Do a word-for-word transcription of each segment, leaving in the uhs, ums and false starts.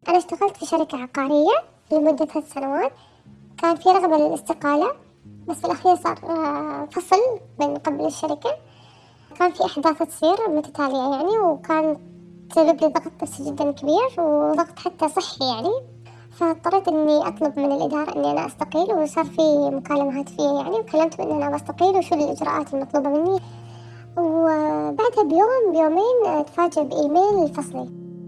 أنا اشتغلت في شركة عقارية لمدة ثلاث سنوات. كان في رغبة للاستقالة، بس في الأخير صار فصل بين قبل الشركة. كان في أحداث تصير متتالية يعني، وكان تسبب لي ضغط نفسي جدا كبير وضغط حتى صحي يعني. فاضطريت إني أطلب من الإدارة إني أنا أستقيل، وصار في مكالمة هاتفية يعني، وكلمتهم إن أنا بستقيل وشو الإجراءات المطلوبة مني. وبعدها بيوم بيومين أتفاجأ بإيميل فصلي.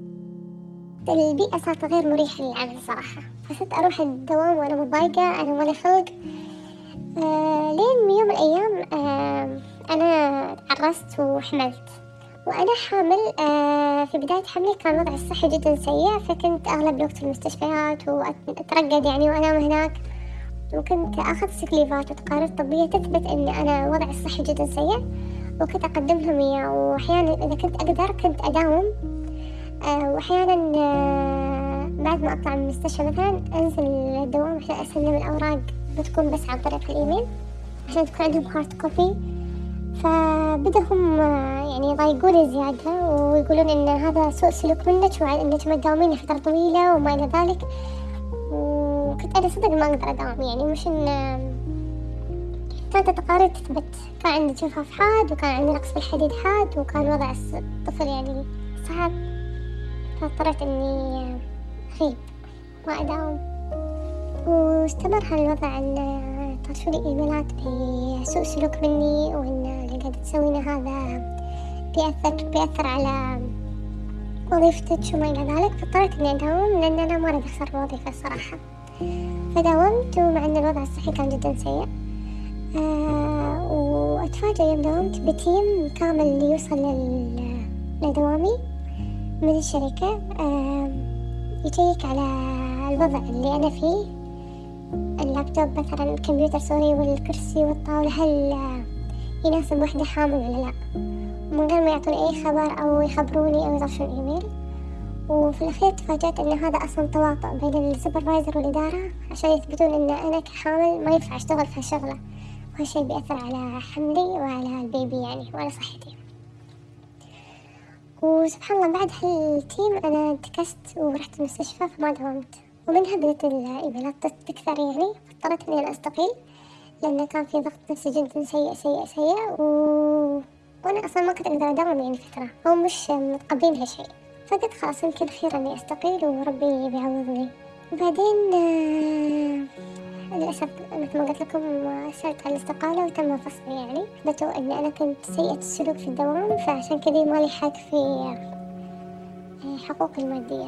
البيئة صارت غير مريحة للعمل صراحة، فصرت أروح الدوام وأنا متضايقة، أنا مالي خلق. آه لين يوم من الأيام آه أنا عرست وحملت. وأنا حامل آه في بداية حملي كان وضعي الصحي جدا سيء، فكنت أغلب الوقت في المستشفيات وأترقد يعني وأنام هناك، وكنت أخذ سكليفات وتقارير طبية تثبت أني أنا وضعي الصحي جدا سيء، وكنت أقدم لهم إياه. وأحيانا إذا كنت أقدر كنت أداوم، آه وأحيانا آه بعد ما أطلع من المستشفى مثلا أنزل الدوام عشان أسلم الأوراق، بتكون بس عن طريق الإيميل عشان تكون عندهم هارد كوبي. فبدأ هم يعني يضايقوني زيادة ويقولون إن هذا سوء سلوك منك وإنك ما تداومين فترة طويلة وما إلى ذلك. وكنت أنا صدق ما أقدر أداوم يعني، مش إن كانت التقارير تثبت كان عندي جفاف حاد وكان عندي نقص في الحديد حاد وكان وضع الطفل يعني صعب. فاضطريت إني أغيب ما أداوم، واستمر هالوضع أن ترسلي إيميلات بسوء سلوك مني، وإن اللي قاعدة تسوينه هذا بيأثر بيأثر على وظيفتك وما إلى ذلك. فاضطريت إني أداوم لأن أنا ما أريد أخسر الوظيفة الصراحة. فداومت، ومع أن الوضع الصحي كان جدا سيء. آه وأتفاجأ يوم داومت بتيم كامل يوصل لدوامي من الشركة، آه يشيك على الوضع اللي أنا فيه، اللابتوب مثلا، الكمبيوتر سوري، والكرسي والطاولة، هل يناسب وحدة حامل ولا لا، من غير ما يعطوني أي خبر أو يخبروني أو يضرشون إيميل. وفي الأخير تفاجأت أن هذا أصلا تواطؤ بين السوبرفايزر والإدارة عشان يثبتون أن أنا كحامل ما ينفع أشتغل في هالشغلة، وهالشي بيأثر على حملي وعلى البيبي يعني وعلى صحتي. وسبحان الله بعد هالتيم أنا انتكست ورحت المستشفى فما داومت، ومنها بدأت الإيميلات تكثر يعني. اضطريت إني أنا أستقيل لأن كان في ضغط نفسي جدا سيء سيء سيء و... وأنا أصلا ما كنت أقدر أداوم يعني فترة، هو مش متقبلين هالشيء. فقلت خلاص يمكن خير إني أستقيل وربي بيعوضني. وبعدين آه... للأسف مثل ما قلت لكم سألت على الاستقالة وتم فصلي يعني. ثبتوا إن أنا كنت سيئة السلوك في الدوام، فعشان كذا مالي حق في حقوقي المادية.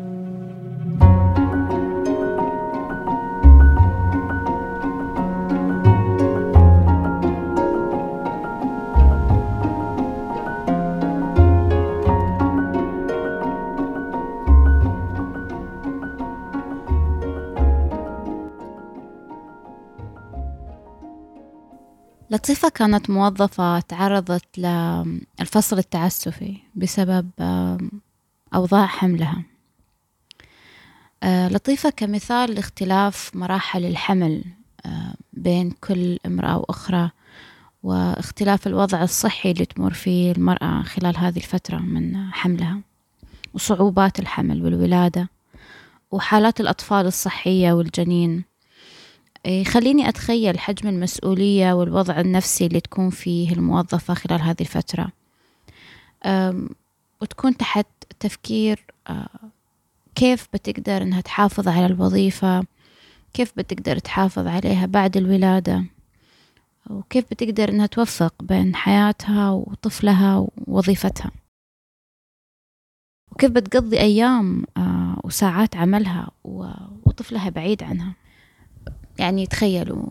لطيفة كانت موظفة تعرضت للفصل التعسفي بسبب أوضاع حملها. لطيفة كمثال لاختلاف مراحل الحمل بين كل امرأة وأخرى، واختلاف الوضع الصحي اللي تمر فيه المرأة خلال هذه الفترة من حملها، وصعوبات الحمل والولادة، وحالات الأطفال الصحية والجنين. يخليني أتخيل حجم المسؤولية والوضع النفسي اللي تكون فيه الموظفة خلال هذه الفترة، وتكون تحت تفكير كيف بتقدر أنها تحافظ على الوظيفة، كيف بتقدر تحافظ عليها بعد الولادة، وكيف بتقدر أنها توفق بين حياتها وطفلها ووظيفتها، وكيف بتقضي أيام وساعات عملها وطفلها بعيد عنها. يعني تخيلوا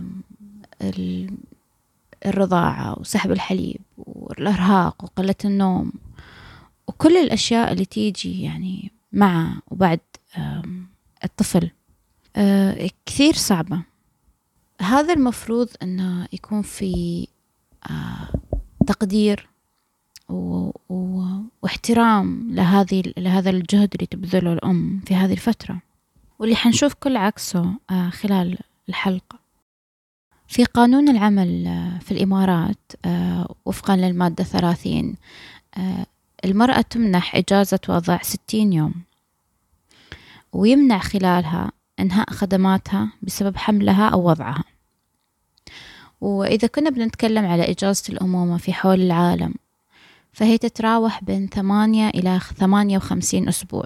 الرضاعة وسحب الحليب والإرهاق وقلة النوم وكل الأشياء اللي تيجي يعني مع وبعد الطفل، كثير صعبة. هذا المفروض أنه يكون في تقدير واحترام لهذه لهذا الجهد اللي تبذله الأم في هذه الفترة، واللي حنشوف كل عكسه خلال الحلقة. في قانون العمل في الإمارات وفقا للمادة ثلاثين، المرأة تمنح إجازة وضع ستين يوم، ويمنع خلالها إنهاء خدماتها بسبب حملها أو وضعها. وإذا كنا بنتكلم على إجازة الأمومة في حول العالم فهي تتراوح بين ثمانية إلى ثمانية وخمسين أسبوع.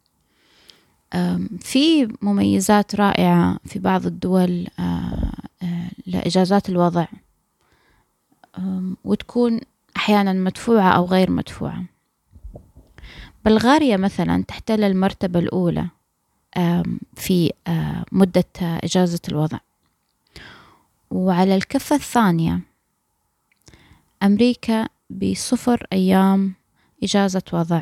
في مميزات رائعة في بعض الدول لإجازات الوضع، وتكون أحيانا مدفوعة أو غير مدفوعة. بلغاريا مثلا تحتل المرتبة الأولى في مدة إجازة الوضع. وعلى الكفة الثانية أمريكا بصفر أيام إجازة وضع،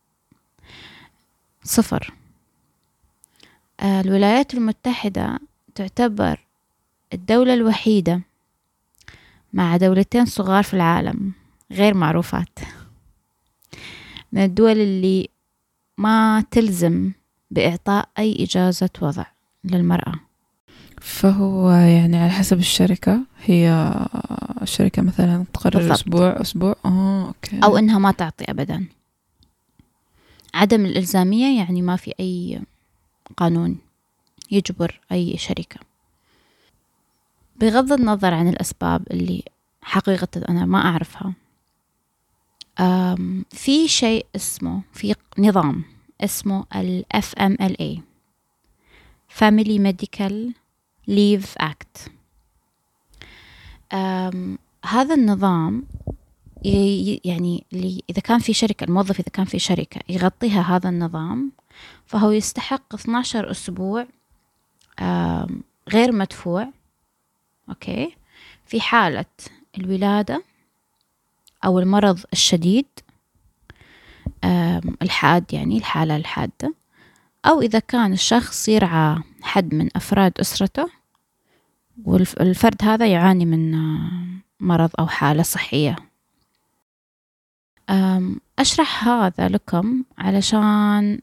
صفر. الولايات المتحدة تعتبر الدولة الوحيدة مع دولتين صغار في العالم غير معروفات من الدول اللي ما تلزم بإعطاء أي إجازة وضع للمرأة. فهو يعني على حسب الشركة، هي الشركة مثلا تقرر بالضبط. أسبوع أسبوع آه، أوكي. أو إنها ما تعطي أبدا. عدم الإلزامية يعني ما في أي قانون يجبر أي شركة، بغض النظر عن الأسباب اللي حقيقة أنا ما أعرفها. في شيء اسمه، في نظام اسمه ال إف إم إل إيه Family Medical Leave Act. هذا النظام يعني اللي إذا كان في شركة، الموظف إذا كان في شركة يغطيها هذا النظام، فهو يستحق اثنا عشر أسبوع غير مدفوع، أوكي، في حالة الولادة أو المرض الشديد الحاد، يعني الحالة الحادة، أو إذا كان الشخص يرعى حد من أفراد أسرته والفرد هذا يعاني من مرض أو حالة صحية. أشرح هذا لكم علشان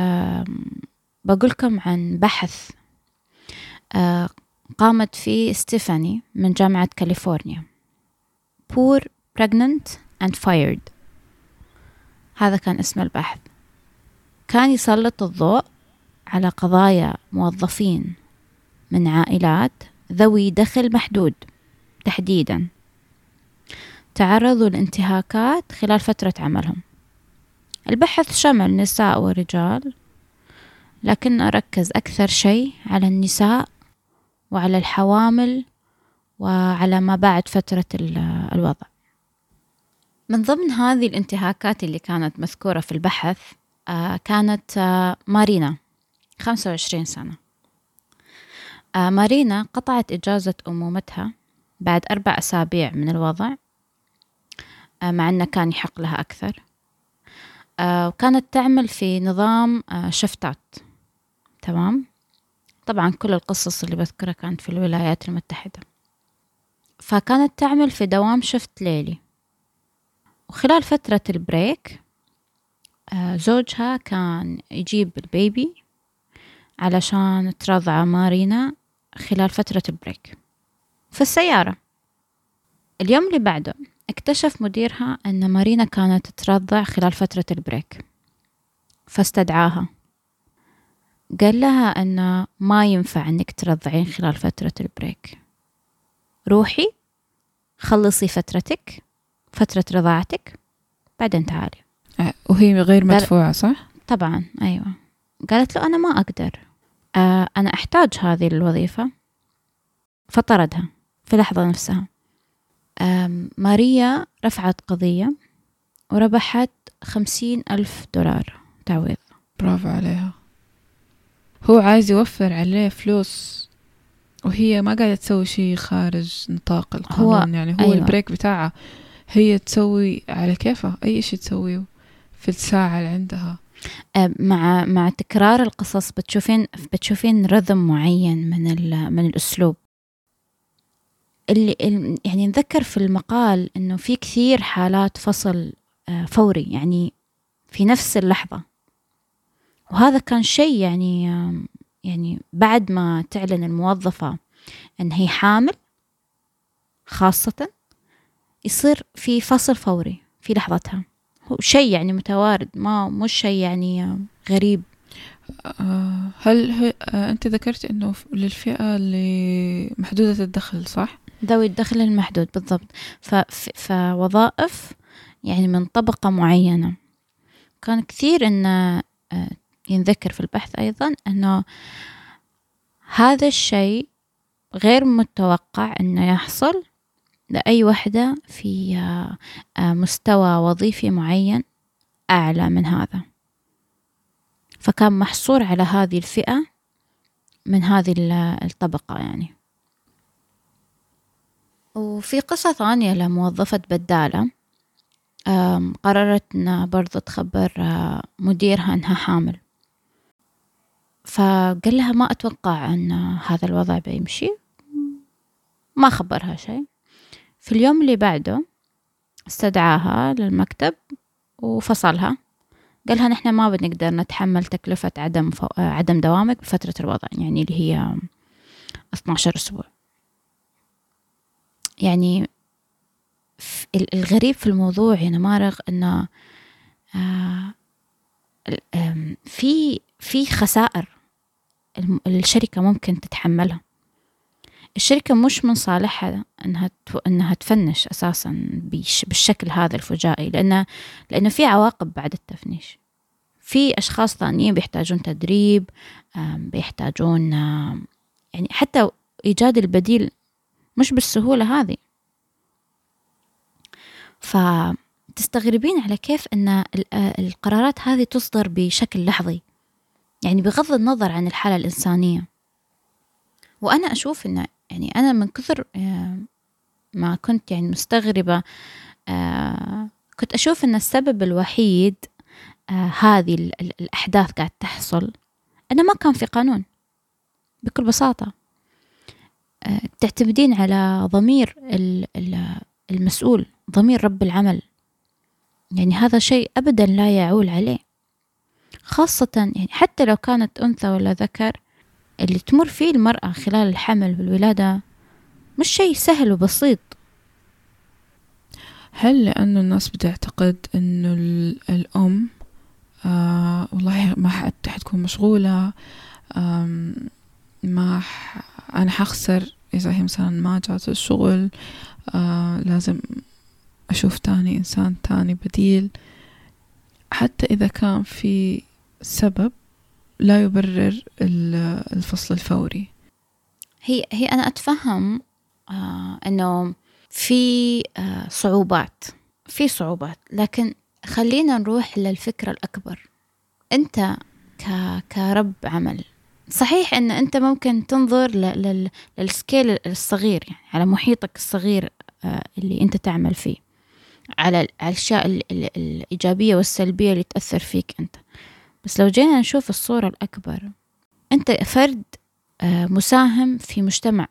بقولكم عن بحث قامت فيه ستيفاني من جامعة كاليفورنيا، Poor Pregnant and Fired. هذا كان اسم البحث. كان يسلط الضوء على قضايا موظفين من عائلات ذوي دخل محدود تحديدا تعرضوا لانتهاكات خلال فترة عملهم. البحث شمل نساء ورجال، لكن أركز أكثر شيء على النساء وعلى الحوامل وعلى ما بعد فترة الوضع. من ضمن هذه الانتهاكات اللي كانت مذكورة في البحث كانت مارينا، خمسة وعشرين سنة. مارينا قطعت إجازة أمومتها بعد أربع أسابيع من الوضع، مع أنه كان يحق لها أكثر، وكانت تعمل في نظام شفتات. تمام. طبعا كل القصص اللي بذكرها كانت في الولايات المتحدة. فكانت تعمل في دوام شفت ليلي، وخلال فترة البريك زوجها كان يجيب البيبي علشان ترضع مارينا خلال فترة البريك في السيارة. اليوم اللي بعده اكتشف مديرها أن مارينا كانت ترضع خلال فترة البريك، فاستدعاها، قال لها أن ما ينفع أنك ترضعين خلال فترة البريك، روحي خلصي فترتك، فترة رضاعتك، بعدين تعالي. وهي غير مدفوعة صح؟ طبعا أيوة. قالت له أنا ما أقدر، آه أنا أحتاج هذه الوظيفة، فطردها في لحظة نفسها. ماريا رفعت قضية وربحت خمسين ألف دولار تعويض. برافو عليها. هو عايز يوفر عليه فلوس وهي ما قاعدة تسوي شيء خارج نطاق القانون. هو يعني هو أيوة. البريك بتاعها هي تسوي على كيفها أي شيء تسويه في الساعة اللي عندها. مع مع تكرار القصص بتشوفين بتشوفين رذم معين من من الأسلوب اللي يعني نذكر في المقال إنه في كثير حالات فصل فوري، يعني في نفس اللحظة. وهذا كان شيء يعني يعني بعد ما تعلن الموظفة إن هي حامل خاصة يصير في فصل فوري في لحظتها. هو شيء يعني متوارد، ما مش شيء يعني غريب. هل هي أنت ذكرت أنه للفئة اللي محدودة الدخل صح؟ ذوي الدخل المحدود بالضبط. فوظائف يعني من طبقة معينة. كان كثير أنه ينذكر في البحث أيضا أنه هذا الشيء غير متوقع أنه يحصل لأي وحدة في مستوى وظيفي معين أعلى من هذا، فكان محصور على هذه الفئة من هذه الطبقة يعني. وفي قصة ثانية لموظفة بدالة قررت أنها برضو تخبر مديرها أنها حامل، فقال لها ما أتوقع أن هذا الوضع بيمشي، ما خبرها شيء. في اليوم اللي بعده استدعاها للمكتب وفصلها، قالها نحن ما بنقدر نتحمل تكلفة عدم فو... عدم دوامك بفترة الوضع يعني اللي هي اثنا عشر أسبوع. يعني الغريب في الموضوع هنا مارغ أنه في في خسائر الشركة ممكن تتحملها. الشركة مش من صالحها أنها أنها تفنش أساسا بالشكل هذا الفجائي، لأنه لأنه في عواقب بعد التفنيش. في أشخاص ثانيين بيحتاجون تدريب، بيحتاجون يعني حتى إيجاد البديل مش بالسهولة هذه. فتستغربين على كيف أن القرارات هذه تصدر بشكل لحظي، يعني بغض النظر عن الحالة الإنسانية. وأنا أشوف أن يعني أنا من كثر ما كنت يعني مستغربة، كنت أشوف أن السبب الوحيد هذه الأحداث قاعد تحصل أنه ما كان في قانون بكل بساطة. تعتمدين على ضمير المسؤول، ضمير رب العمل، يعني هذا شيء أبدا لا يعول عليه، خاصة يعني حتى لو كانت أنثى ولا ذكر. اللي تمر فيه المرأة خلال الحمل والولادة مش شيء سهل وبسيط. هل لأنه الناس بتعتقد أنه الأم آه والله ما حتكون مشغولة، ما ح... أنا حخسر إذا هي مثلا ما جات الشغل، آه لازم أشوف تاني إنسان تاني بديل، حتى إذا كان في سبب لا يبرر الفصل الفوري. هي هي أنا أتفهم آه أنه في آه صعوبات في صعوبات لكن خلينا نروح للفكرة الأكبر. أنت ك كرب عمل، صحيح أن أنت ممكن تنظر لل للسكيل الصغير، يعني على محيطك الصغير آه اللي أنت تعمل فيه، على الأشياء الإيجابية والسلبية اللي تأثر فيك أنت. بس لو جينا نشوف الصورة الأكبر، أنت فرد مساهم في مجتمع،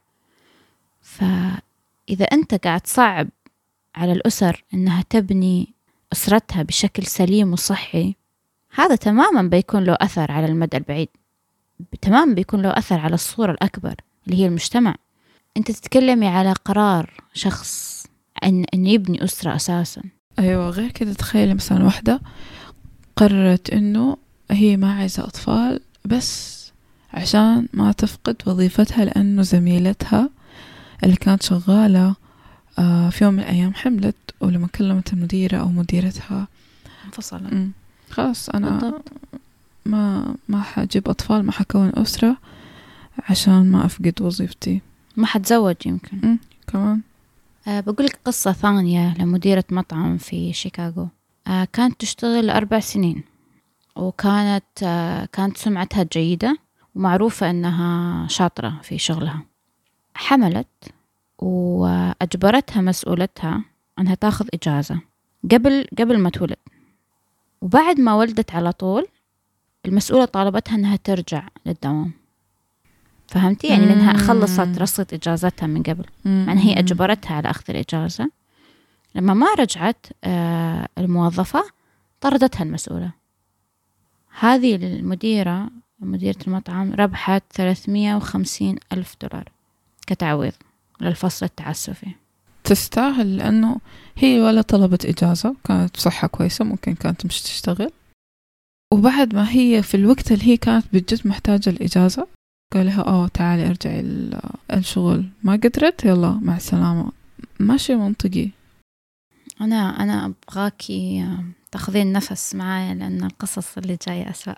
فإذا أنت قاعد صعب على الأسر أنها تبني أسرتها بشكل سليم وصحي، هذا تماما بيكون له أثر على المدى البعيد، تماما بيكون له أثر على الصورة الأكبر اللي هي المجتمع. أنت تتكلمي على قرار شخص أن, أن يبني أسرة أساسا. أيوة، غير كده تخيل مثلا واحدة قررت أنه هي ما عايزة أطفال بس عشان ما تفقد وظيفتها، لأنه زميلتها اللي كانت شغالة في يوم من الأيام حملت، ولما كلمت المديرة أو مديرتها انفصلت. خلاص أنا بالضبط. ما ما حجيب أطفال، ما حكون أسرة عشان ما أفقد وظيفتي، ما حتزوج يمكن م- كمان. أه بقولك قصة ثانية لمديرة مطعم في شيكاغو. أه كانت تشتغل أربع سنين، وكانت أه كانت سمعتها جيدة ومعروفة أنها شاطرة في شغلها. حملت وأجبرتها مسؤولتها أنها تاخذ إجازة قبل قبل ما تولد، وبعد ما ولدت على طول المسؤولة طالبتها أنها ترجع للدوام. فهمتي؟ يعني لأنها خلصت رصة إجازتها من قبل، يعني هي أجبرتها على أخذ الإجازة. لما ما رجعت الموظفة طردتها المسؤولة. هذه المديرة مديرة المطعم ربحت ثلاثمية وخمسين ألف دولار كتعويض للفصل التعسفي. تستاهل، لأنه هي ولا طلبت إجازة، كانت بصحة كويسة، ممكن كانت تمشي تشتغل. وبعد ما هي في الوقت اللي هي كانت بجد محتاجة الإجازة قال لها اه تعالي ارجعي الشغل، ما قدرت يلا مع السلامة. ماشي منطقي. أنا أنا أبغاكي تاخذين نفس معايا لأن القصص اللي جاية أسوأ.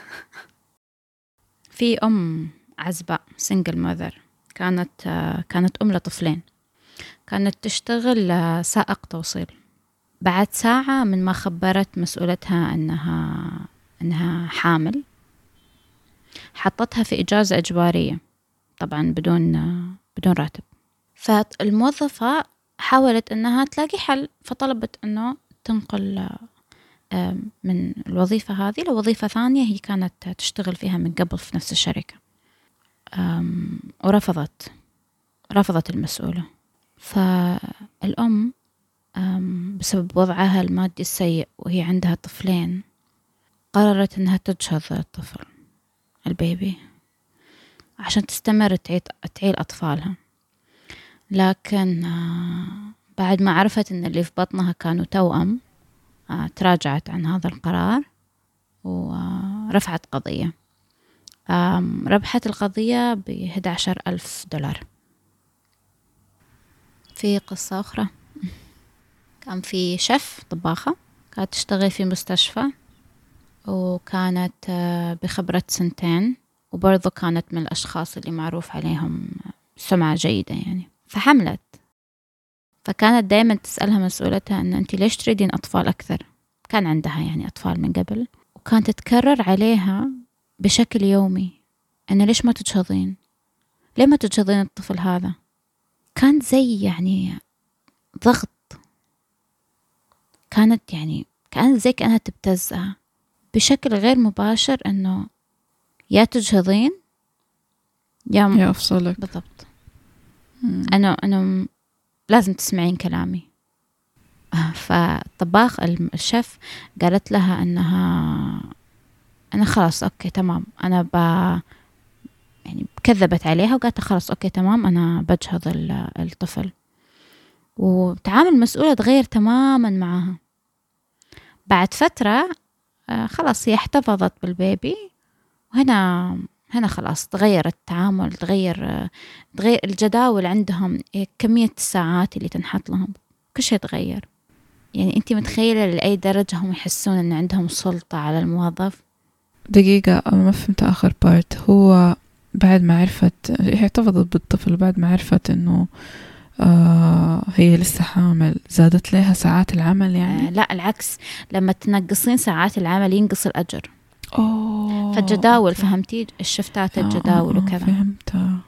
في أم عزباء سنجل ماذر، كانت كانت أم لطفلين، كانت تشتغل سائق توصيل. بعد ساعة من ما خبرت مسؤولتها أنها أنها حامل، حطتها في إجازة إجبارية طبعا بدون بدون راتب. فالموظفة حاولت أنها تلاقي حل، فطلبت أنه تنقل من الوظيفة هذه لوظيفة ثانية هي كانت تشتغل فيها من قبل في نفس الشركة. ورفضت رفضت المسؤولة. فالأم بسبب وضعها المادي السيء وهي عندها طفلين قررت أنها تجهض الطفل البيبي عشان تستمر تعيل أطفالها. لكن بعد ما عرفت أن اللي في بطنها كانوا توأم تراجعت عن هذا القرار ورفعت قضية. ربحت القضية بإحدى عشر ألف دولار. في قصة أخرى، كان في شيف طباخة كانت تشتغل في مستشفى وكانت بخبرة سنتين، وبرضو كانت من الأشخاص اللي معروف عليهم سمعة جيدة يعني. فحملت، فكانت دايما تسألها مسؤولتها أن أنت ليش تريدين أطفال أكثر؟ كان عندها يعني أطفال من قبل، وكانت تتكرر عليها بشكل يومي أن ليش ما تجهضين، ليه ما تجهضين الطفل هذا. كان زي يعني ضغط، كانت يعني كانت زي كأنها تبتزها بشكل غير مباشر أنه يا تجهضين يا, يا أفصلك. بالضبط. أنا أنا لازم تسمعين كلامي. فالطباخ الشيف قالت لها أنها أنا خلاص أوكي تمام، أنا ب يعني كذبت عليها وقالت خلاص أوكي تمام أنا بجهض الطفل. وتعامل المسؤولة تغير تماما معها. بعد فترة خلاص هي احتفظت بالبيبي، وهنا هنا خلاص تغير التعامل، تغير تغير الجداول عندهم، كمية الساعات اللي تنحط لهم، كل شيء تغير. يعني أنت متخيلة لأي درجة هم يحسون أن عندهم سلطة على الموظف؟ دقيقة أنا ما فهمت آخر بارت. هو بعد ما عرفت هي احتفظت بالطفل، بعد ما عرفت أنه آه هي لسه حامل زادت لها ساعات العمل يعني؟ آه لا العكس، لما تنقصين ساعات العمل ينقص الأجر. أوه فالجداول أوكي. فهمتي الشفتات الجداول آه وكذا. فهمتها.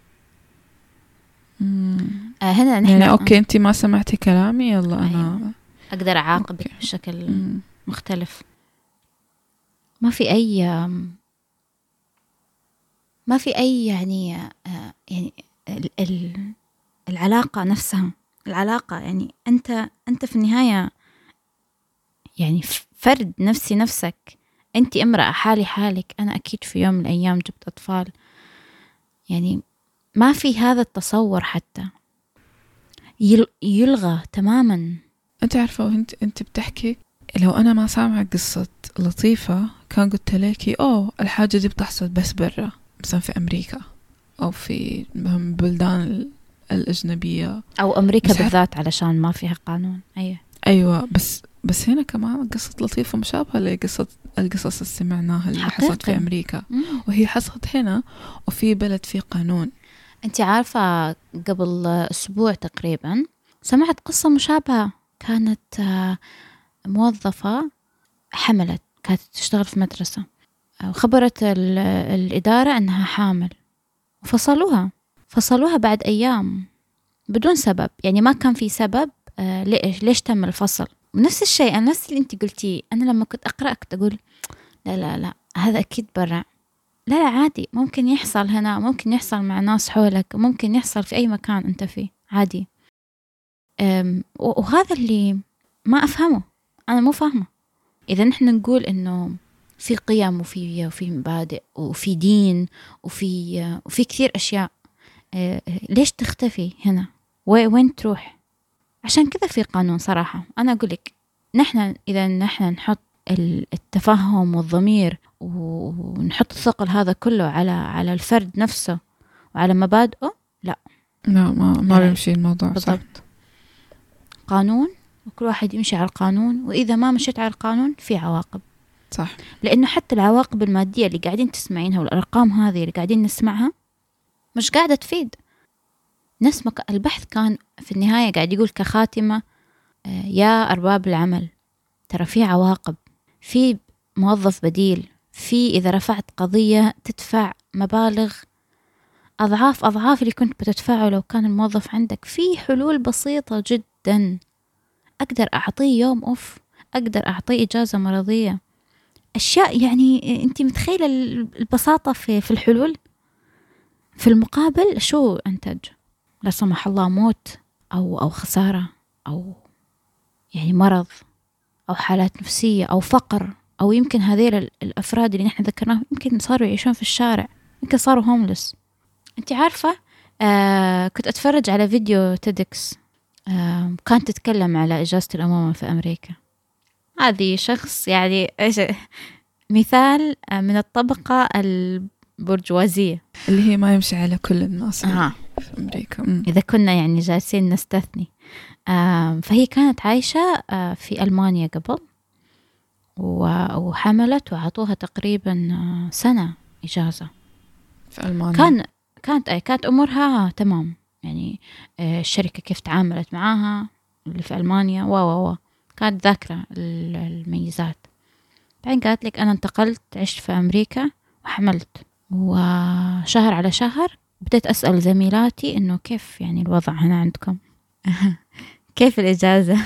آه هنا نحن يعني أوكي أنتي ما سمعتي كلامي يلا أنا أيوة. أقدر أعاقبك بشكل مم. مختلف. ما في أي ما في أي يعني آه يعني ال ال العلاقة نفسها، العلاقة يعني أنت أنت في النهاية يعني فرد نفسي نفسك، أنت امرأة حالي حالك. أنا أكيد في يوم من الأيام جبت أطفال، يعني ما في هذا التصور حتى يلغى تماما. أنت عارفة وأنت أنت بتحكي لو أنا ما سامعة قصة لطيفة كان قلت لكي أوه الحاجة دي بتحصل بس برا، مثلا في أمريكا أو في بلدان الأجنبية أو أمريكا بالذات علشان ما فيها قانون. أيوة أيوة بس بس هنا كمان قصة لطيفة مشابهة لقصة القصص اللي سمعناها اللي حصلت في أمريكا. مم. وهي حصلت هنا وفي بلد فيه قانون. أنت عارفة قبل أسبوع تقريبا سمعت قصة مشابهة، كانت موظفة حملت، كانت تشتغل في مدرسة وخبرت الإدارة أنها حامل، وفصلوها فصلوها بعد أيام بدون سبب، يعني ما كان في سبب آه ليش ليش تم الفصل. ونفس الشيء أنا نفس اللي أنت قلتيه، أنا لما كنت أقرأ كنت أقول لا لا لا هذا أكيد برا، لا لا عادي ممكن يحصل هنا، ممكن يحصل مع ناس حولك، ممكن يحصل في أي مكان أنت فيه عادي. وهذا اللي ما أفهمه، أنا مو فاهمة. إذا نحن نقول إنه في قيم وفي وفي مبادئ وفي دين وفي وفي كثير أشياء، ليش تختفي هنا؟ وين تروح؟ عشان كذا في قانون صراحة. أنا أقولك نحن إذا نحن نحط التفهم والضمير ونحط الثقل هذا كله على على الفرد نفسه وعلى مبادئه، لا لا ما ما بيمشي الموضوع. بالضبط. قانون وكل واحد يمشي على القانون، وإذا ما مشيت على القانون في عواقب. صح. لأنه حتى العواقب المادية اللي قاعدين تسمعينها والأرقام هذه اللي قاعدين نسمعها مش قاعدة تفيد. نسمع البحث كان في النهاية قاعد يقول كخاتمة يا أرباب العمل ترى في عواقب، في موظف بديل، في إذا رفعت قضية تدفع مبالغ أضعاف أضعاف اللي كنت بتدفعه لو كان الموظف عندك. في حلول بسيطة جدا، أقدر أعطيه يوم أوف، أقدر أعطيه إجازة مرضية، أشياء يعني أنت متخيلة البساطة في في الحلول. في المقابل شو أنتج؟ لا سمح الله موت أو أو خسارة أو يعني مرض أو حالات نفسية أو فقر، أو يمكن هذيل الأفراد اللي نحن ذكرناهم يمكن صاروا يعيشون في الشارع، يمكن صاروا هوملس. أنت عارفة آه كنت أتفرج على فيديو تيدكس آه كانت تتكلم على إجازة الأمومة في أمريكا. هذه شخص يعني إيش مثال من الطبقة البرجوازية اللي هي ما يمشي على كل الناس آه. في أمريكا. م. إذا كنا يعني جالسين نستثني. آه فهي كانت عايشة آه في ألمانيا قبل وحملت وعطوها تقريبا سنة إجازة في ألمانيا. كان كانت أي كانت أمورها تمام يعني. الشركة كيف تعاملت معاها اللي في ألمانيا و و و كانت ذاكرة الميزات. بعدين قالت لك أنا انتقلت عشت في أمريكا وحملت، وشهر على شهر بديت أسأل زميلاتي إنه كيف يعني الوضع هنا عندكم كيف الإجازة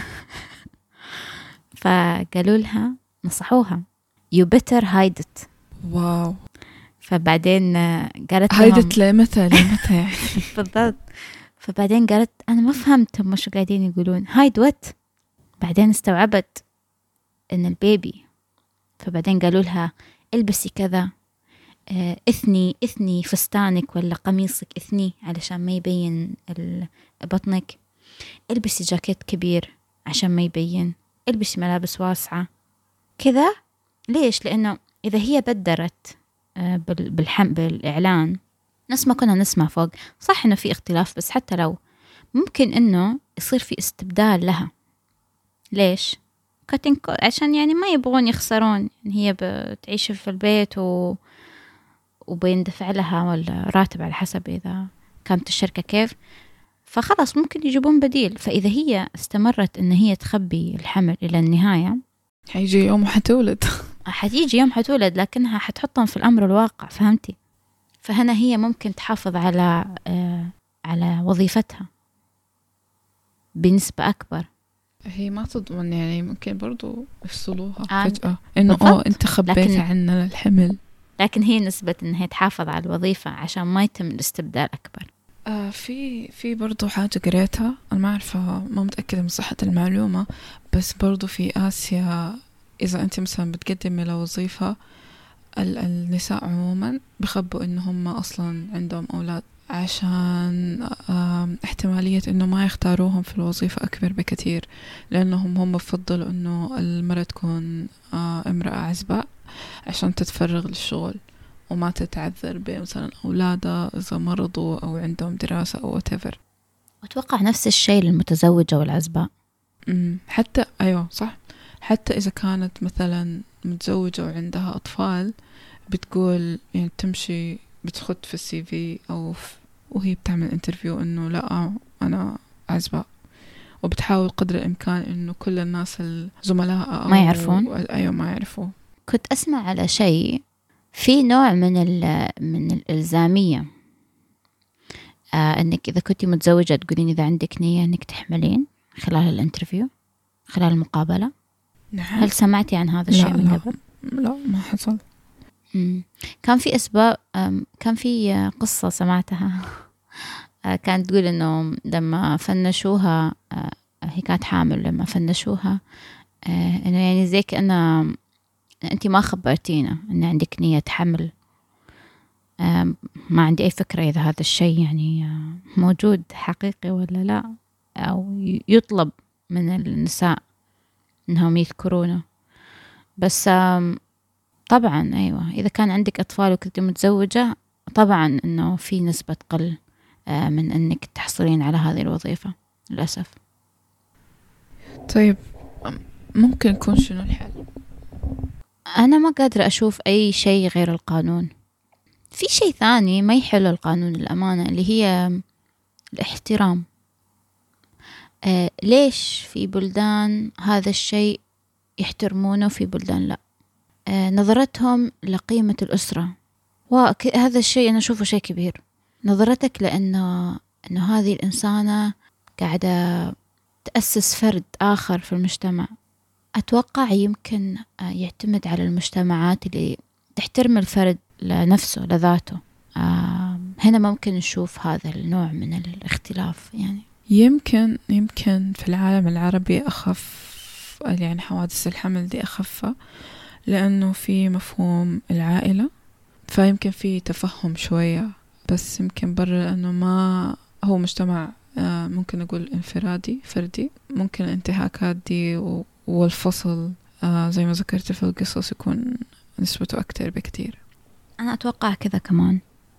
فقالوا لها نصحوها you better hide it. واو. فبعدين قالت هايدت لمتى لمتى بالضبط. فبعدين قالت أنا ما فهمت هم شو قاعدين يقولون هايد وات. بعدين استوعبت إن البيبي. فبعدين قالوا لها البسي كذا، اثني اثني فستانك ولا قميصك اثني علشان ما يبين بطنك، البسي جاكيت كبير عشان ما يبين، البسي ملابس واسعة كذا. ليش؟ لأنه إذا هي بدرت بالحم بالإعلان ناس ما كنا نسمع فوق. صح إنه في اختلاف، بس حتى لو ممكن إنه يصير في استبدال لها. ليش؟ عشان يعني ما يبغون يخسرون، يعني هي بتعيش في البيت و... وبيندفع لها ولا راتب على حسب إذا كانت الشركة كيف. فخلاص ممكن يجيبون بديل. فإذا هي استمرت إن هي تخبي الحمل إلى النهاية حيجي يوم حتولد حتيجي يوم حتولد، لكنها حتحطهم في الأمر الواقع. فهمتي؟ فهنا هي ممكن تحافظ على آه على وظيفتها بنسبة أكبر. هي ما تضمن يعني ممكن برضو يفصلوها آه. فجأة إنه أوه أنت خبيت عنا الحمل. لكن هي نسبة إن هي تحافظ على الوظيفة عشان ما يتم الاستبدال أكبر. آه في في برضو حاجة قريتها أنا ما أعرفها، ما متأكدة من صحة المعلومة، بس برضو في آسيا إذا أنت مثلا بتقدمي لوظيفة النساء عموما بخبوا إنهم أصلا عندهم أولاد عشان احتمالية إنه ما يختاروهم في الوظيفة أكبر بكثير، لأنهم هم بفضلوا إنه المرأة تكون امرأة عزباء عشان تتفرغ للشغل وما تتعذر بمثلا أولادها إذا مرضوا أو عندهم دراسة أو whatever. وأتوقع نفس الشيء للمتزوجة والعزباء. حتى أيوة صح، حتى إذا كانت مثلا متزوجة وعندها أطفال بتقول يعني تمشي بتخط في السي في أو وهي بتعمل انترفيو إنه لا أنا عزباء، وبتحاول قدر الإمكان إنه كل الناس الزملاء ما يعرفون. أيوة ما يعرفوا. كنت أسمع على شيء في نوع من من الإلزامية، آه إنك إذا كنتي متزوجة تقولين إذا عندك نية إنك تحملين خلال الانترفيو خلال المقابلة. نعم. هل سمعتي عن هذا الشيء من قبل؟ لا ما حصل. مم. كان في أسباب، كان في قصة سمعتها كانت تقول إنه لما فنشوها هي كانت حامل، لما فنشوها إنه يعني زي كأنه أنت ما خبرتينا إن عندك نية حمل. ما عندي أي فكرة إذا هذا الشيء يعني موجود حقيقي ولا لا، أو يطلب من النساء إنهم يذكرونه. بس طبعا أيوة إذا كان عندك أطفال وكنت متزوجة طبعا أنه في نسبة قل من أنك تحصلين على هذه الوظيفة للأسف. طيب ممكن يكون شنو الحل؟ أنا ما قادرة أشوف أي شيء غير القانون. في شيء ثاني ما يحل القانون الأمانة اللي هي الاحترام. آه ليش في بلدان هذا الشيء يحترمونه وفي بلدان لا؟ آه نظرتهم لقيمة الأسرة، وهذا الشيء أنا أشوفه شيء كبير. نظرتك لأنه أنه هذه الإنسانة قاعدة تأسس فرد آخر في المجتمع. أتوقع يمكن يعتمد على المجتمعات اللي تحترم الفرد لنفسه لذاته. آه هنا ممكن نشوف هذا النوع من الاختلاف. يعني يمكن يمكن في العالم العربي أخف، يعني حوادث الحمل دي أخفة لأنه في مفهوم العائلة، فيمكن في تفهم شوية. بس يمكن برا لأنه ما هو مجتمع آه ممكن نقول انفرادي فردي، ممكن الانتهاكات دي والفصل آه زي ما ذكرت في القصص يكون نسبته أكتر بكتير. أنا أتوقع كذا كمان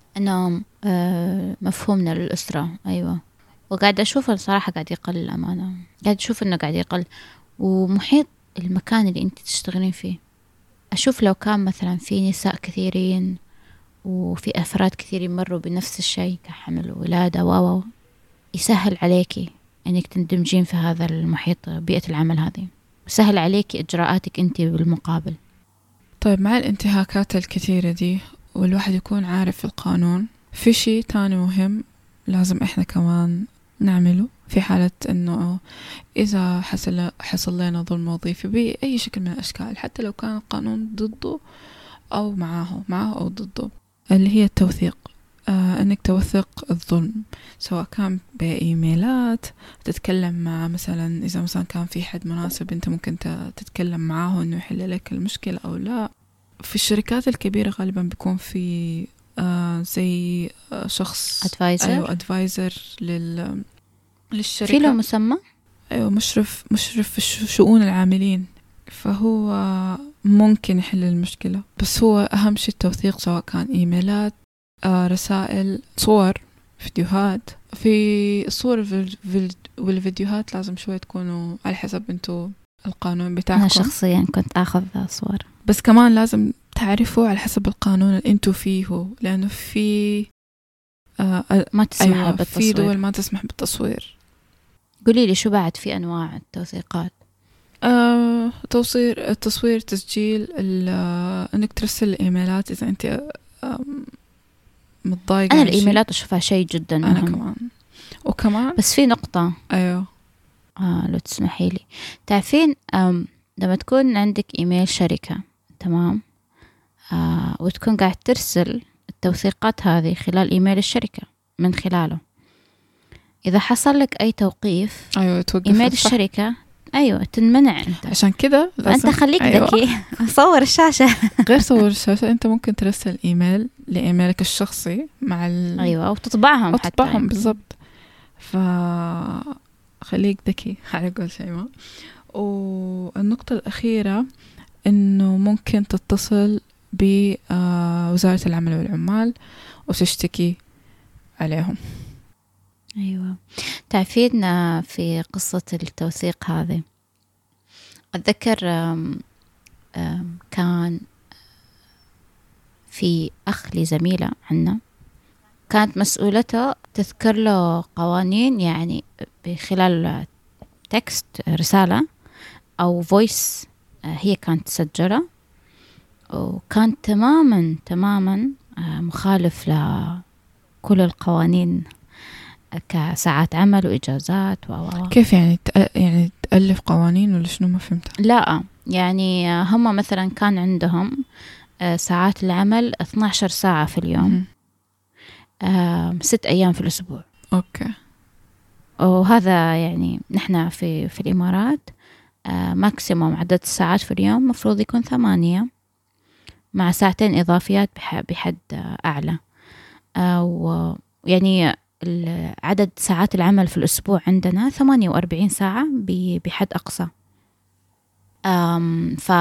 أنه آه مفهومنا للأسرة أيوة، وقاعد أشوف الصراحة قاعد يقل الأمانة، قاعد أشوف أنه قاعد يقل. ومحيط المكان اللي أنت تشتغلين فيه، أشوف لو كان مثلا في نساء كثيرين وفي أفراد كثير يمروا بنفس الشيء كحمل وولادة واو يسهل عليكي أنك تندمجين في هذا المحيط بيئة العمل هذه، وسهل عليكي إجراءاتك أنت بالمقابل. طيب مع الانتهاكات الكثيرة دي والواحد يكون عارف القانون، في شيء تاني مهم لازم إحنا كمان نعمله في حالة إنه إذا حصل حصل لنا ظلم وظيفي بأي شكل من الأشكال، حتى لو كان القانون ضده أو معه معه أو ضده، اللي هي التوثيق. آه إنك توثق الظلم، سواء كان بإيميلات تتكلم مع مثلا إذا مثلا كان في حد مناسب أنت ممكن تتكلم معاه إنه يحل لك المشكلة أو لا. في الشركات الكبيرة غالبا بيكون في آه زي آه شخص advisor. أيوة advisor لل للشركة، في له مسمى أيوة مشرف مشرف في شؤون العاملين، فهو ممكن يحل المشكلة. بس هو أهم شيء التوثيق، سواء كان إيميلات آه رسائل صور فيديوهات. في الصور والفيديوهات لازم شوية تكونوا على حسب انتو القانون بتاعكم. أنا شخصيا كنت أخذ صور، بس كمان لازم تعرفوا على حسب القانون اللي انتو فيه، لأنه في آه ما تسمح أيوة بالتصوير. في دول ما تسمح بالتصوير. قولي لي شو بعد في أنواع التوثيقات؟ آه توصير التصوير، تسجيل، انك ترسل الإيميلات إذا انت متضايقة. أنا الإيميلات أشوفها شيء جدا مهم. أنا كمان. وكمان بس في نقطة أيوه آه لو تسمحي لي، تعرفين لما تكون عندك إيميل شركة تمام آه وتكون قاعد ترسل التوثيقات هذه خلال إيميل الشركة من خلاله، إذا حصل لك أي توقيف أيوه توقف إيميل الصح. الشركة أيوة تنمنع أنت. عشان كده أنت خليك أيوة. ذكي صور الشاشة. غير صور الشاشة، أنت ممكن ترسل إيميل لإيميلك الشخصي مع ال... أيوة وتطبعهم حتى وتطبعهم بالضبط. فخليك ذكي على قول شيماء. والنقطة الأخيرة إنه ممكن تتصل بوزارة العمل والعمال وتشتكي عليهم. أيوة تعرفين في قصة التوثيق هذه أتذكر كان في أخ لي زميلة عنا كانت مسؤولته تذكر له قوانين، يعني بخلال تكست رسالة أو فويس هي كانت تسجله، وكان تماما تماما مخالف لكل القوانين كساعات عمل وإجازات و كيف يعني يعني تألف قوانين ولا شنو؟ ما فهمت. لا يعني هم مثلا كان عندهم ساعات العمل اثنا عشر ساعة في اليوم، آه ست أيام في الأسبوع. أوكي. وهذا يعني نحن في في الإمارات آه ماكسيموم عدد الساعات في اليوم مفروض يكون ثمانية مع ساعتين إضافيات بحد أعلى. آه ويعني عدد ساعات العمل في الأسبوع عندنا ثمانية وأربعين ساعة بحد أقصى. ف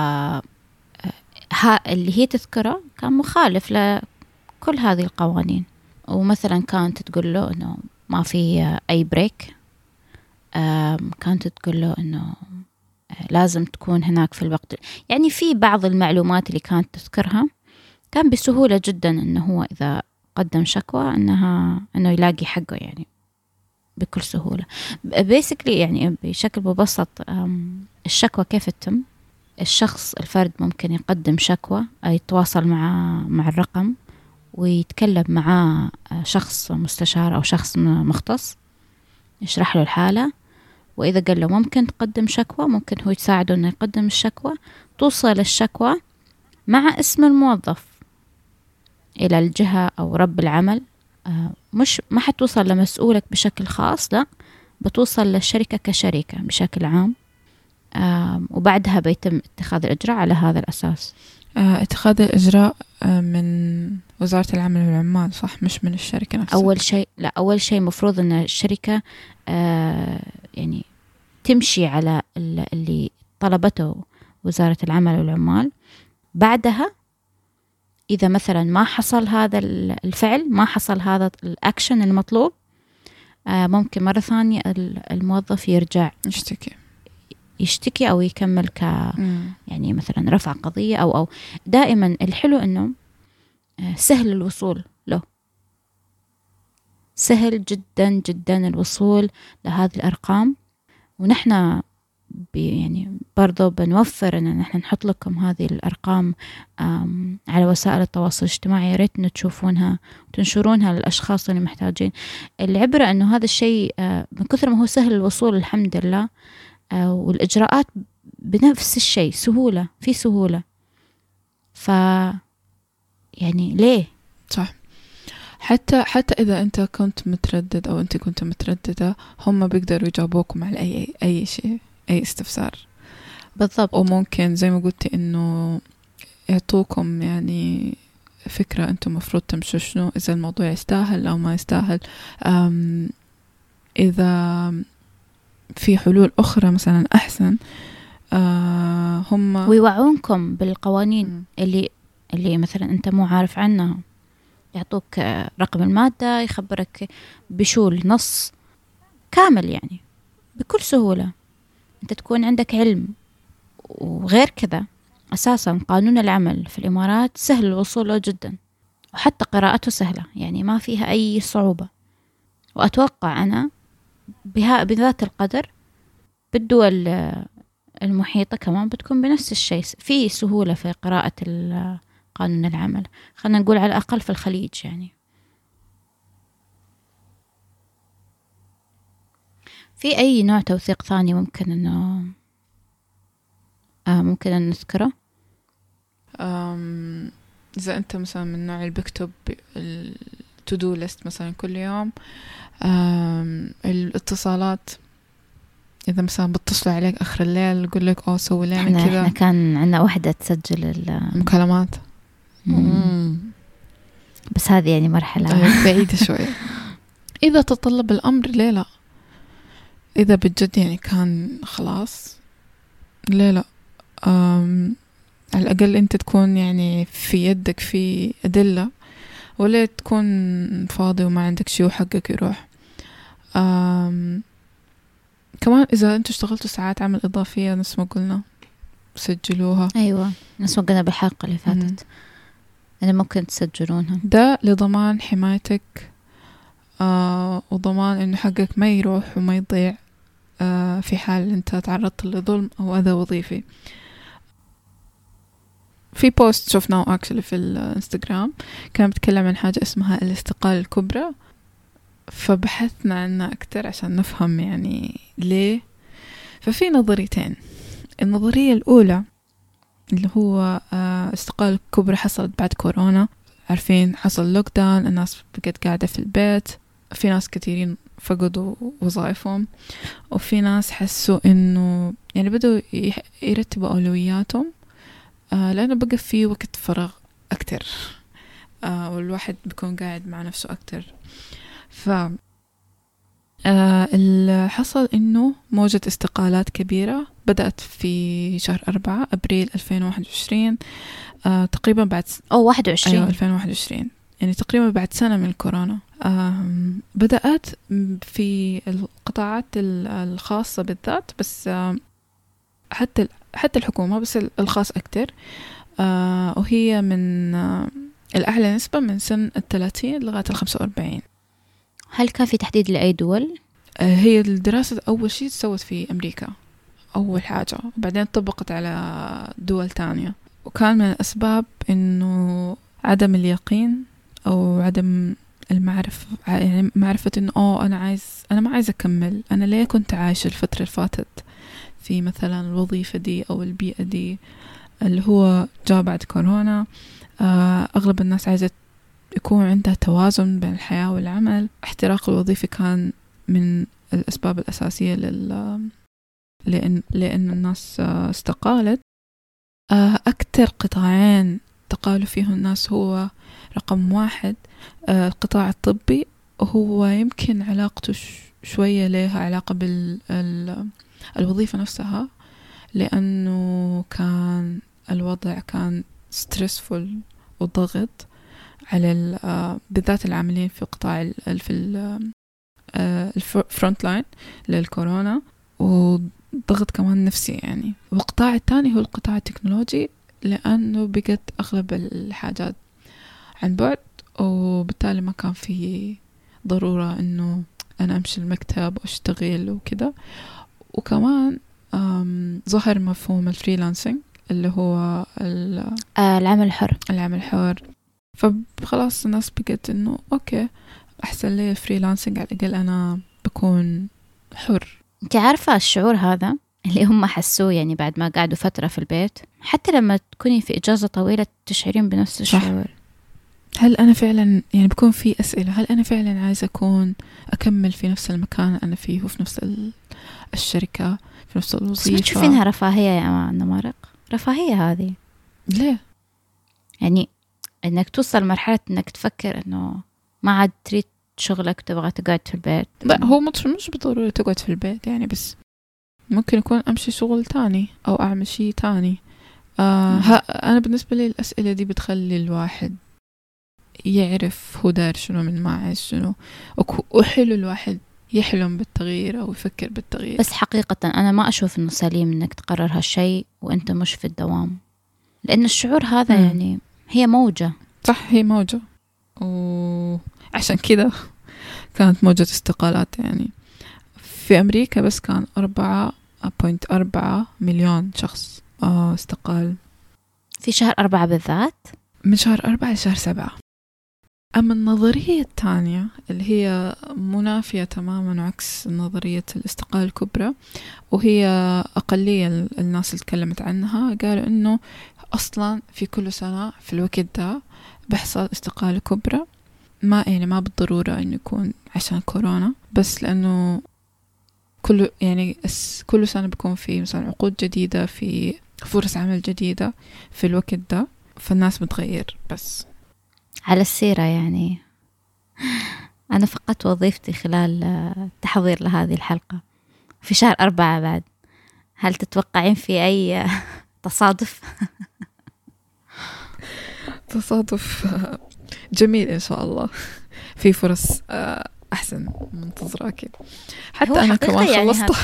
اللي هي تذكره كان مخالف لكل هذه القوانين. ومثلا كانت تقول له إنه ما في أي بريك، كانت تقول له إنه لازم تكون هناك في الوقت. يعني في بعض المعلومات اللي كانت تذكرها كان بسهولة جدا إنه هو إذا قدم شكوى إنها إنه يلاقي حقه يعني بكل سهولة. بيسكلي يعني بشكل مبسط الشكوى كيف تتم؟ الشخص الفرد ممكن يقدم شكوى، أي يتواصل مع مع الرقم ويتكلم مع شخص مستشار أو شخص مختص يشرح له الحالة، وإذا قال له ممكن تقدم شكوى ممكن هو يساعده إنه يقدم الشكوى. توصل الشكوى مع اسم الموظف إلى الجهة أو رب العمل، مش ما حتوصل لمسؤولك بشكل خاص، لا بتوصل للشركة كشركة بشكل عام. وبعدها بيتم اتخاذ الإجراء على هذا الأساس. اتخاذ الإجراء من وزارة العمل والعمال صح، مش من الشركة نفسها؟ أول شيء لا أول شيء مفروض أن الشركة يعني تمشي على اللي طلبته وزارة العمل والعمال. بعدها إذا مثلا ما حصل هذا الفعل، ما حصل هذا الأكشن المطلوب، ممكن مرة ثانية الموظف يرجع يشتكي يشتكي أو يكمل ك يعني مثلا رفع قضية أو أو دائما الحلو إنه سهل الوصول له، سهل جدا جدا الوصول لهذه الأرقام. ونحن يعني برضو بنوفر إن نحن نحط لكم هذه الأرقام على وسائل التواصل الاجتماعي، يا ريت إن تشوفونها وتنشرونها للأشخاص اللي محتاجين. العبرة إنه هذا الشيء من كثر ما هو سهل الوصول الحمد لله، والإجراءات بنفس الشيء سهولة في سهولة، ف يعني ليه صح. حتى حتى إذا أنت كنت متردد أو أنت كنت مترددة، هم بيقدروا يجاوبوكم على أي أي شيء، أي استفسار. بالضبط. وممكن زي ما قلتي إنه يعطوكم يعني فكرة أنتم مفروض تمشوا شنو، إذا الموضوع يستاهل أو ما يستاهل، إذا في حلول أخرى مثلا أحسن. آه هم ويوعونكم بالقوانين م. اللي اللي مثلا أنت مو عارف عنها، يعطوك رقم المادة، يخبرك بشو النص كامل يعني بكل سهولة، أنت تكون عندك علم. وغير كذا أساسا قانون العمل في الإمارات سهل الوصول له جدا، وحتى قراءته سهلة يعني ما فيها أي صعوبة. وأتوقع أنا بها بذات القدر بالدول المحيطة كمان بتكون بنفس الشيء، في سهولة في قراءة قانون العمل، خلينا نقول على الأقل في الخليج. يعني في أي نوع توثيق ثاني ممكن أنه آه ممكن أن نذكره؟ إذا أنت مثلا من النوع اللي بكتب التودو ليست مثلا كل يوم، الاتصالات، إذا مثلا بتصلوا عليك آخر الليل يقول لك أو سوي لنا كذا. إحنا كان عندنا واحدة تسجل المكالمات، بس هذه يعني مرحلة بعيدة شوية. إذا تطلب الأمر ليه لا، إذا بجد يعني كان خلاص ليه لا. على الأقل أنت تكون يعني في يدك في أدلة، ولا تكون فاضي وما عندك شيء وحقك يروح. كمان إذا أنتوا اشتغلتوا ساعات عمل إضافية نفس ما قلنا سجلوها. أيوة نفس ما قلنا بالحلقة اللي فاتت، أنا ممكن تسجلونها، ده لضمان حمايتك آه وضمان إنه حقك ما يروح وما يضيع آه في حال أنت تعرضت لظلم أو أذى وظيفي. في بوست شفناه actually في الانستغرام كان بيتكلم عن حاجة اسمها الاستقالة الكبرى، فبحثنا عنها أكتر عشان نفهم يعني ليه. ففي نظريتين. النظرية الأولى اللي هو استقالة كبرى حصلت بعد كورونا، عارفين حصل لوك داون، الناس بقت قاعدة في البيت، في ناس كثيرين فقدوا وظائفهم، وفي ناس حسوا إنه يعني بدوا يرتبوا أولوياتهم لأنه بقى في وقت فراغ أكتر والواحد بيكون قاعد مع نفسه أكتر. آه اللي حصل إنه موجة استقالات كبيرة بدأت في شهر أربعة أبريل ألفين وواحد وعشرين، آه تقريبا بعد س... أو واحد وعشرين أيوة ألفين وواحد وعشرين، يعني تقريبا بعد سنة من الكورونا. آه بدأت في القطاعات الخاصة بالذات، بس آه حتى حتى الحكومة، بس الخاص أكتر. آه وهي من آه الأعلى نسبة من سن الثلاثين لغاية الخمسة وأربعين. هل كان في تحديد لأي دول؟ آه هي الدراسة أول شيء تسوت في أمريكا أول حاجة، وبعدين طبقت على دول تانية، وكان من الأسباب إنه عدم اليقين أو عدم المعرفة، يعني معرفة إنه أوه أنا عايز أنا ما عايز أكمل، أنا ليه كنت عايش الفترة اللي فاتت في مثلا الوظيفة دي أو البيئة دي اللي هو جاء بعد كورونا. آه أغلب الناس عايزة يكون عندها توازن بين الحياة والعمل. احتراق الوظيفي كان من الأسباب الأساسية لل لأن لأن الناس استقالت. أكثر قطاعين استقالوا فيه الناس هو رقم واحد القطاع الطبي، وهو يمكن علاقته شوية لها علاقة بالوظيفة نفسها، لأنه كان الوضع كان stressful وضغط على بالذات العاملين في قطاع في الفرونت لاين للكورونا، وضغط كمان نفسي يعني. والقطاع الثاني هو القطاع التكنولوجي، لأنه بقت أغلب الحاجات عن بعد، وبالتالي ما كان في ضرورة إنه أنا أمشي المكتب وأشتغل وكده. وكمان ظهر مفهوم الفريلانسينج اللي هو العمل الحر العمل الحر فخلاص الناس بقت إنه أوكي أحسن لي الفريلانسينج، على الأقل أنا بكون حر. أنت عارفة الشعور هذا اللي هم حسوه يعني بعد ما قعدوا فترة في البيت، حتى لما تكوني في إجازة طويلة تشعرين بنفس الشعور. هل أنا فعلا يعني بكون في أسئلة، هل أنا فعلا عايزة أكون أكمل في نفس المكان أنا فيه وفي نفس الشركة في نفس الوظيفة؟ ما تشوفينها رفاهية يا نمارق؟ رفاهية هذه ليه؟ يعني إنك توصل مرحلة إنك تفكر إنه ما عاد تريد شغلك تبغى تقعد في البيت. لا هو مش مش بالضرورة تقعد في البيت يعني، بس ممكن يكون أمشي شغل تاني أو أعمل شيء تاني. آه أنا بالنسبة لي الأسئلة دي بتخلي الواحد يعرف هو دار شنو من ما عايش شنو، وحلو الواحد يحلم بالتغيير أو يفكر بالتغيير. بس حقيقة أنا ما أشوف إنه سليم إنك تقرر هالشيء وأنت مش في الدوام، لأن الشعور هذا م. يعني هي موجة. صح هي موجة، وعشان كده كانت موجة استقالات يعني في أمريكا، بس كان أربعة بوينت أربعة مليون شخص استقال في شهر أربعة بالذات، من شهر أربعة لشهر سبعة. أما النظرية الثانية اللي هي منافية تماما وعكس نظرية الاستقالة الكبرى، وهي أقلية الناس اللي تكلمت عنها، قالوا إنه أصلا في كل سنة في الوقت ده بيحصل استقالة كبرى، ما يعني ما بالضرورة إنه يكون عشان كورونا، بس لأنه كل يعني كل سنة بيكون في مثلا عقود جديدة، في فرص عمل جديدة في الوقت ده، فالناس بتغير. بس على السيرة يعني أنا فقدت وظيفتي خلال التحضير لهذه الحلقة في شهر أربعة بعد. هل تتوقعين في أي تصادف؟ تصادف جميل إن شاء الله، في فرص أحسن منتظراك. حتى أنا كمان يعني خلصت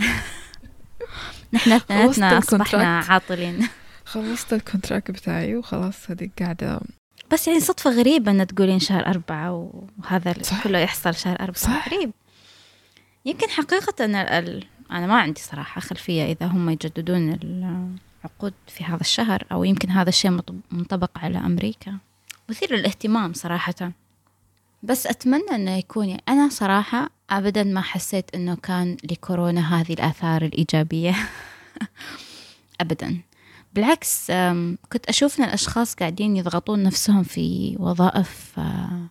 نحن اثنيناتنا أصبحنا عاطلين. خلصت الكونتراكت بتاعي وخلاص هذه قاعدة. بس يعني صدفة غريبة أن تقولين شهر أربعة وهذا كله يحصل شهر أربعة. صح. غريب. يمكن حقيقة أن ال... أنا ما عندي صراحة خلفية إذا هم يجددون العقود في هذا الشهر، أو يمكن هذا الشيء منطبق على أمريكا. مثير للاهتمام صراحة، بس أتمنى أنه يكون يعني أنا صراحة أبدا ما حسيت أنه كان لكورونا هذه الآثار الإيجابية أبدا. بالعكس كنت أشوف أن الأشخاص قاعدين يضغطون نفسهم في وظائف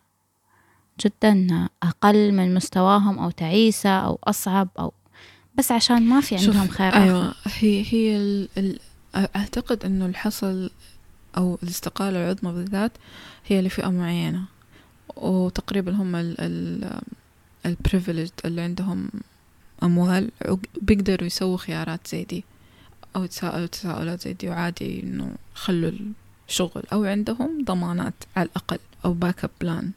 جدا أقل من مستواهم أو تعيسة أو أصعب، أو بس عشان ما في عندهم خير. أيوة هي هي ال ال أعتقد أنه الحصل أو الاستقالة العظمى بالذات هي لفئة معينة، وتقريبا هم ال ال البريفيليج اللي عندهم أموال بيقدروا يسووا خيارات زي دي أو يتساءلوا تساؤلات زي دي، وعادي إنه خلوا الشغل أو عندهم ضمانات على الأقل أو باك اب بلان.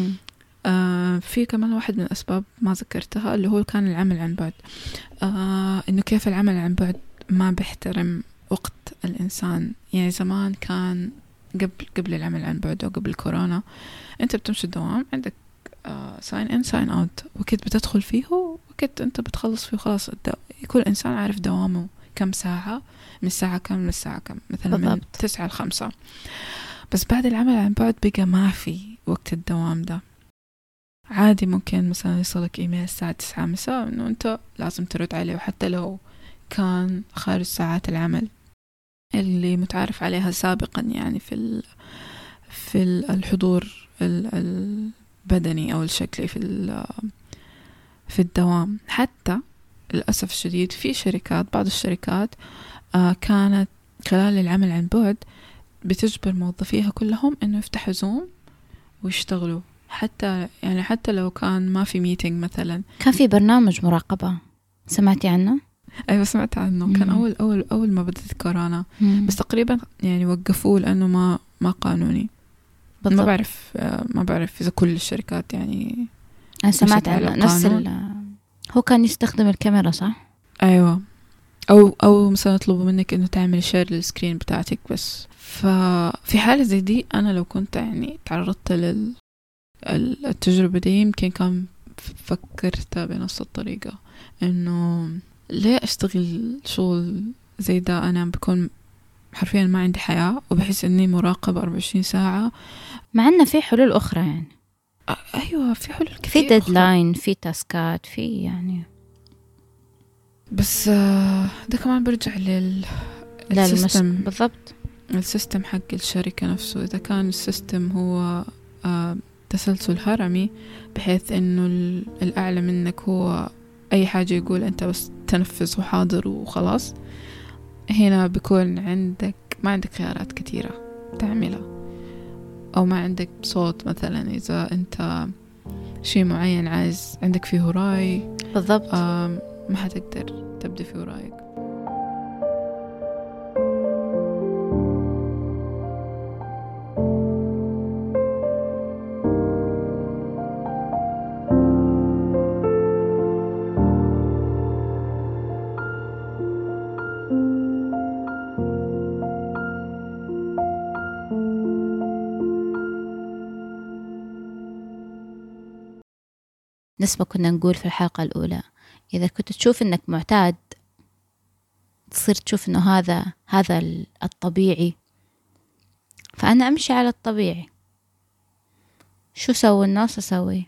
آه في كمان واحد من الأسباب ما ذكرتها اللي هو كان العمل عن بعد. آه إنه كيف العمل عن بعد ما بيحترم وقت الإنسان. يعني زمان كان قبل قبل العمل عن بعد أو قبل كورونا أنت بتمشي الدوام عندك ساين إن ساين أوت، وكنت بتدخل فيه وكنت أنت بتخلص فيه خلاص. كل إنسان عارف دوامه كم ساعة، من الساعة كم من الساعة كم، مثلا بالضبط. من تسعة لخمسة. بس بعد العمل عن بعد بقى ما في وقت الدوام ده. عادي ممكن مثلا يصلك إيميل الساعة تسعة مساء إنه أنت لازم ترد عليه، وحتى لو كان خارج ساعات العمل اللي متعارف عليها سابقا، يعني في ال في الحضور البدني أو الشكلي في في الدوام. حتى للأسف الشديد في شركات، بعض الشركات آه كانت خلال العمل عن بعد بتجبر موظفيها كلهم إنه يفتحوا زوم ويشتغلوا، حتى يعني حتى لو كان ما في ميتينج مثلا. كان في برنامج مراقبة، سمعتي عنه؟ أيوة سمعت عنه. مم. كان أول أول أول ما بدأت كورونا. مم. بس تقريبا يعني وقفوه لأنه ما ما قانوني. بالضبط. ما بعرف ما بعرف إذا كل الشركات يعني. أنا سمعت عنه نفس ال هو كان يستخدم الكاميرا صح؟ أيوة. أو أو مثلا يطلبوا منك إنه تعمل شير للسكرين بتاعتك بس. ففي حالة زي دي أنا لو كنت يعني تعرضت لل التجربة دي يمكن كان فكرت بنفس الطريقة، إنه ليه أشتغل شغل زي ده؟ أنا بكون حرفيا ما عندي حياة وبحس إني مراقبة أربعة وعشرين ساعة، مع أنه في حلول أخرى يعني. أيوة في حلول كثير، في ديدلاين، في تاسكات، في يعني. بس ده كمان برجع لل السيستم. بالضبط، السيستم حق الشركة نفسه. إذا كان السيستم هو تسلسل هرمي بحيث إنه الأعلى منك هو أي حاجة يقول أنت بس تنفذ وحاضر وخلاص، هنا بيكون عندك ما عندك خيارات كثيرة تعملها، أو ما عندك صوت مثلا إذا أنت شيء معين عايز عندك فيه رأي. بالضبط. ما حتقدر تبدأ فيه رأيك. نسبة كنا نقول في الحلقة الأولى، إذا كنت تشوف إنك معتاد تصير تشوف إنه هذا هذا الطبيعي، فأنا أمشي على الطبيعي. شو سووا الناس أسوي.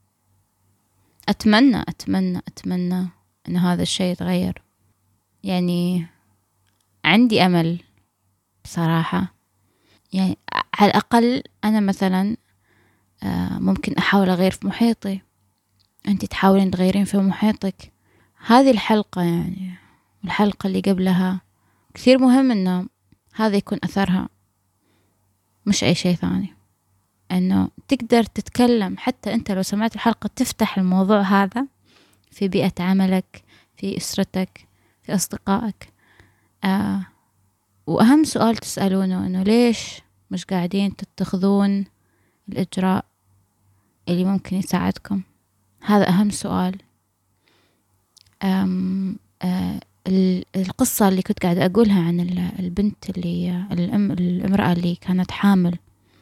أتمنى أتمنى أتمنى إن هذا الشيء يتغير. يعني عندي أمل بصراحة. يعني على الأقل أنا مثلا ممكن أحاول أغير في محيطي، أنت تحاولين تغيرين في محيطك. هذه الحلقة يعني الحلقة اللي قبلها كثير مهم إنه هذا يكون أثرها، مش أي شيء ثاني. إنه تقدر تتكلم، حتى أنت لو سمعت الحلقة تفتح الموضوع هذا في بيئة عملك، في أسرتك، في أصدقائك. آه وأهم سؤال تسألونه إنه ليش مش قاعدين تتخذون الإجراء اللي ممكن يساعدكم. هذا أهم سؤال. أم أه القصة اللي كنت قاعدة أقولها عن البنت اللي الأم الامرأة اللي كانت حامل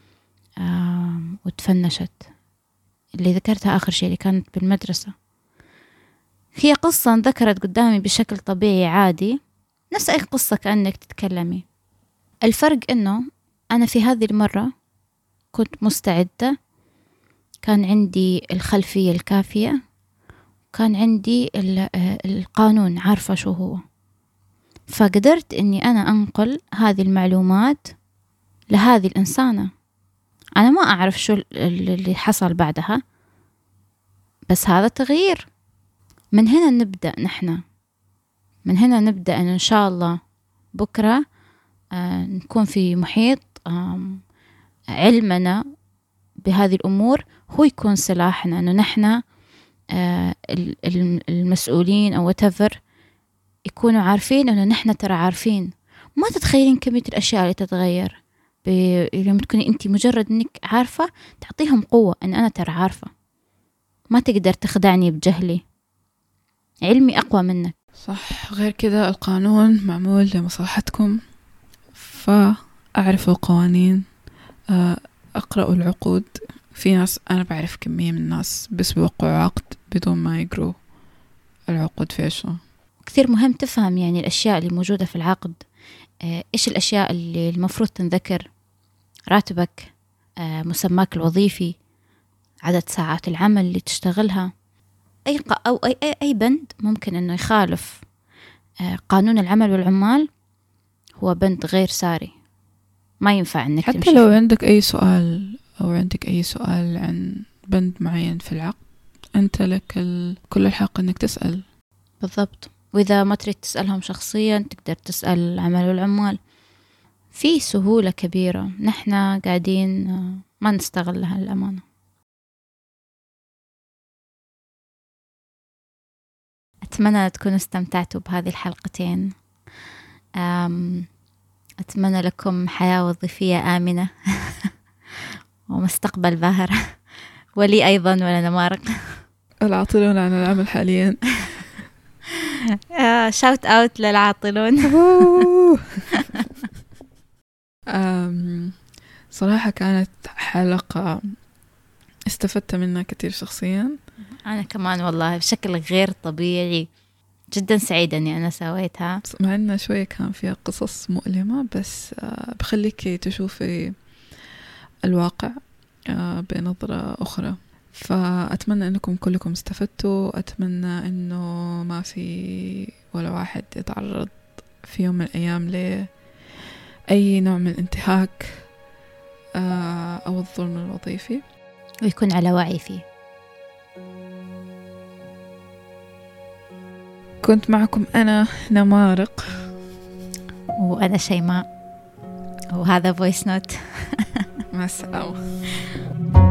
وتفنشت، اللي ذكرتها آخر شيء، اللي كانت بالمدرسة، هي قصة انذكرت قدامي بشكل طبيعي عادي، نفس أي قصة كأنك تتكلمي. الفرق إنه أنا في هذه المرة كنت مستعدة، كان عندي الخلفية الكافية، كان عندي القانون عارفة شو هو، فقدرت إني أنا أنقل هذه المعلومات لهذه الإنسانة. أنا ما أعرف شو اللي حصل بعدها، بس هذا تغيير. من هنا نبدأ نحن، من هنا نبدأ إن إن شاء الله بكرة آه نكون في محيط آه علمنا بهذه الأمور هو يكون سلاحنا، إنه نحن المسؤولين أو whatever يكونوا عارفين أنه نحن ترى عارفين. ما تتخيلين كمية الأشياء اللي تتغير لما تكوني أنت مجرد أنك عارفة، تعطيهم قوة أن أنا ترى عارفة، ما تقدر تخدعني بجهلي، علمي أقوى منك. صح. غير كذا القانون معمول لمصلحتكم، فأعرفوا القوانين، أقرأوا العقود. في ناس أنا بعرف كمية من الناس بس بيوقعوا عقد بدون ما يقروا العقود فيشه. كثير مهم تفهم يعني الأشياء اللي موجودة في العقد، إيش الأشياء اللي المفروض تنذكر، راتبك، مسماك الوظيفي، عدد ساعات العمل اللي تشتغلها. أي أو أي أي, أي بند ممكن إنه يخالف قانون العمل والعمال هو بند غير ساري، ما ينفع إنك حتى تمشي لو فيه. عندك أي سؤال أو عندك أي سؤال عن بند معين في العقد، أنت لك كل الحق إنك تسأل. بالضبط. وإذا ما تريد تسألهم شخصيا تقدر تسأل العمل والعمال. في سهولة كبيرة نحن قاعدين ما نستغلها للأمانة. أتمنى تكونوا استمتعتوا بهذه الحلقتين. أتمنى لكم حياة وظيفية آمنة ومستقبل باهر، ولي أيضا ولا نمارق العاطلون عن العمل حاليا. شاوت أوت للعاطلون. صراحة كانت حلقة استفدت منها كتير شخصيا. أنا كمان والله بشكل غير طبيعي، جدا سعيدة أني أنا سويتها، مع أنها شوية كان فيها قصص مؤلمة، بس بخليك تشوفي الواقع بنظرة أخرى. فأتمنى أنكم كلكم استفدتوا. أتمنى أنه ما في ولا واحد يتعرض في يوم من الأيام لأي نوع من الانتهاك أو الظلم الوظيفي، ويكون على وعي فيه. كنت معكم أنا نمارق، وأنا شيماء، وهذا فويس نوت. مع السلامة.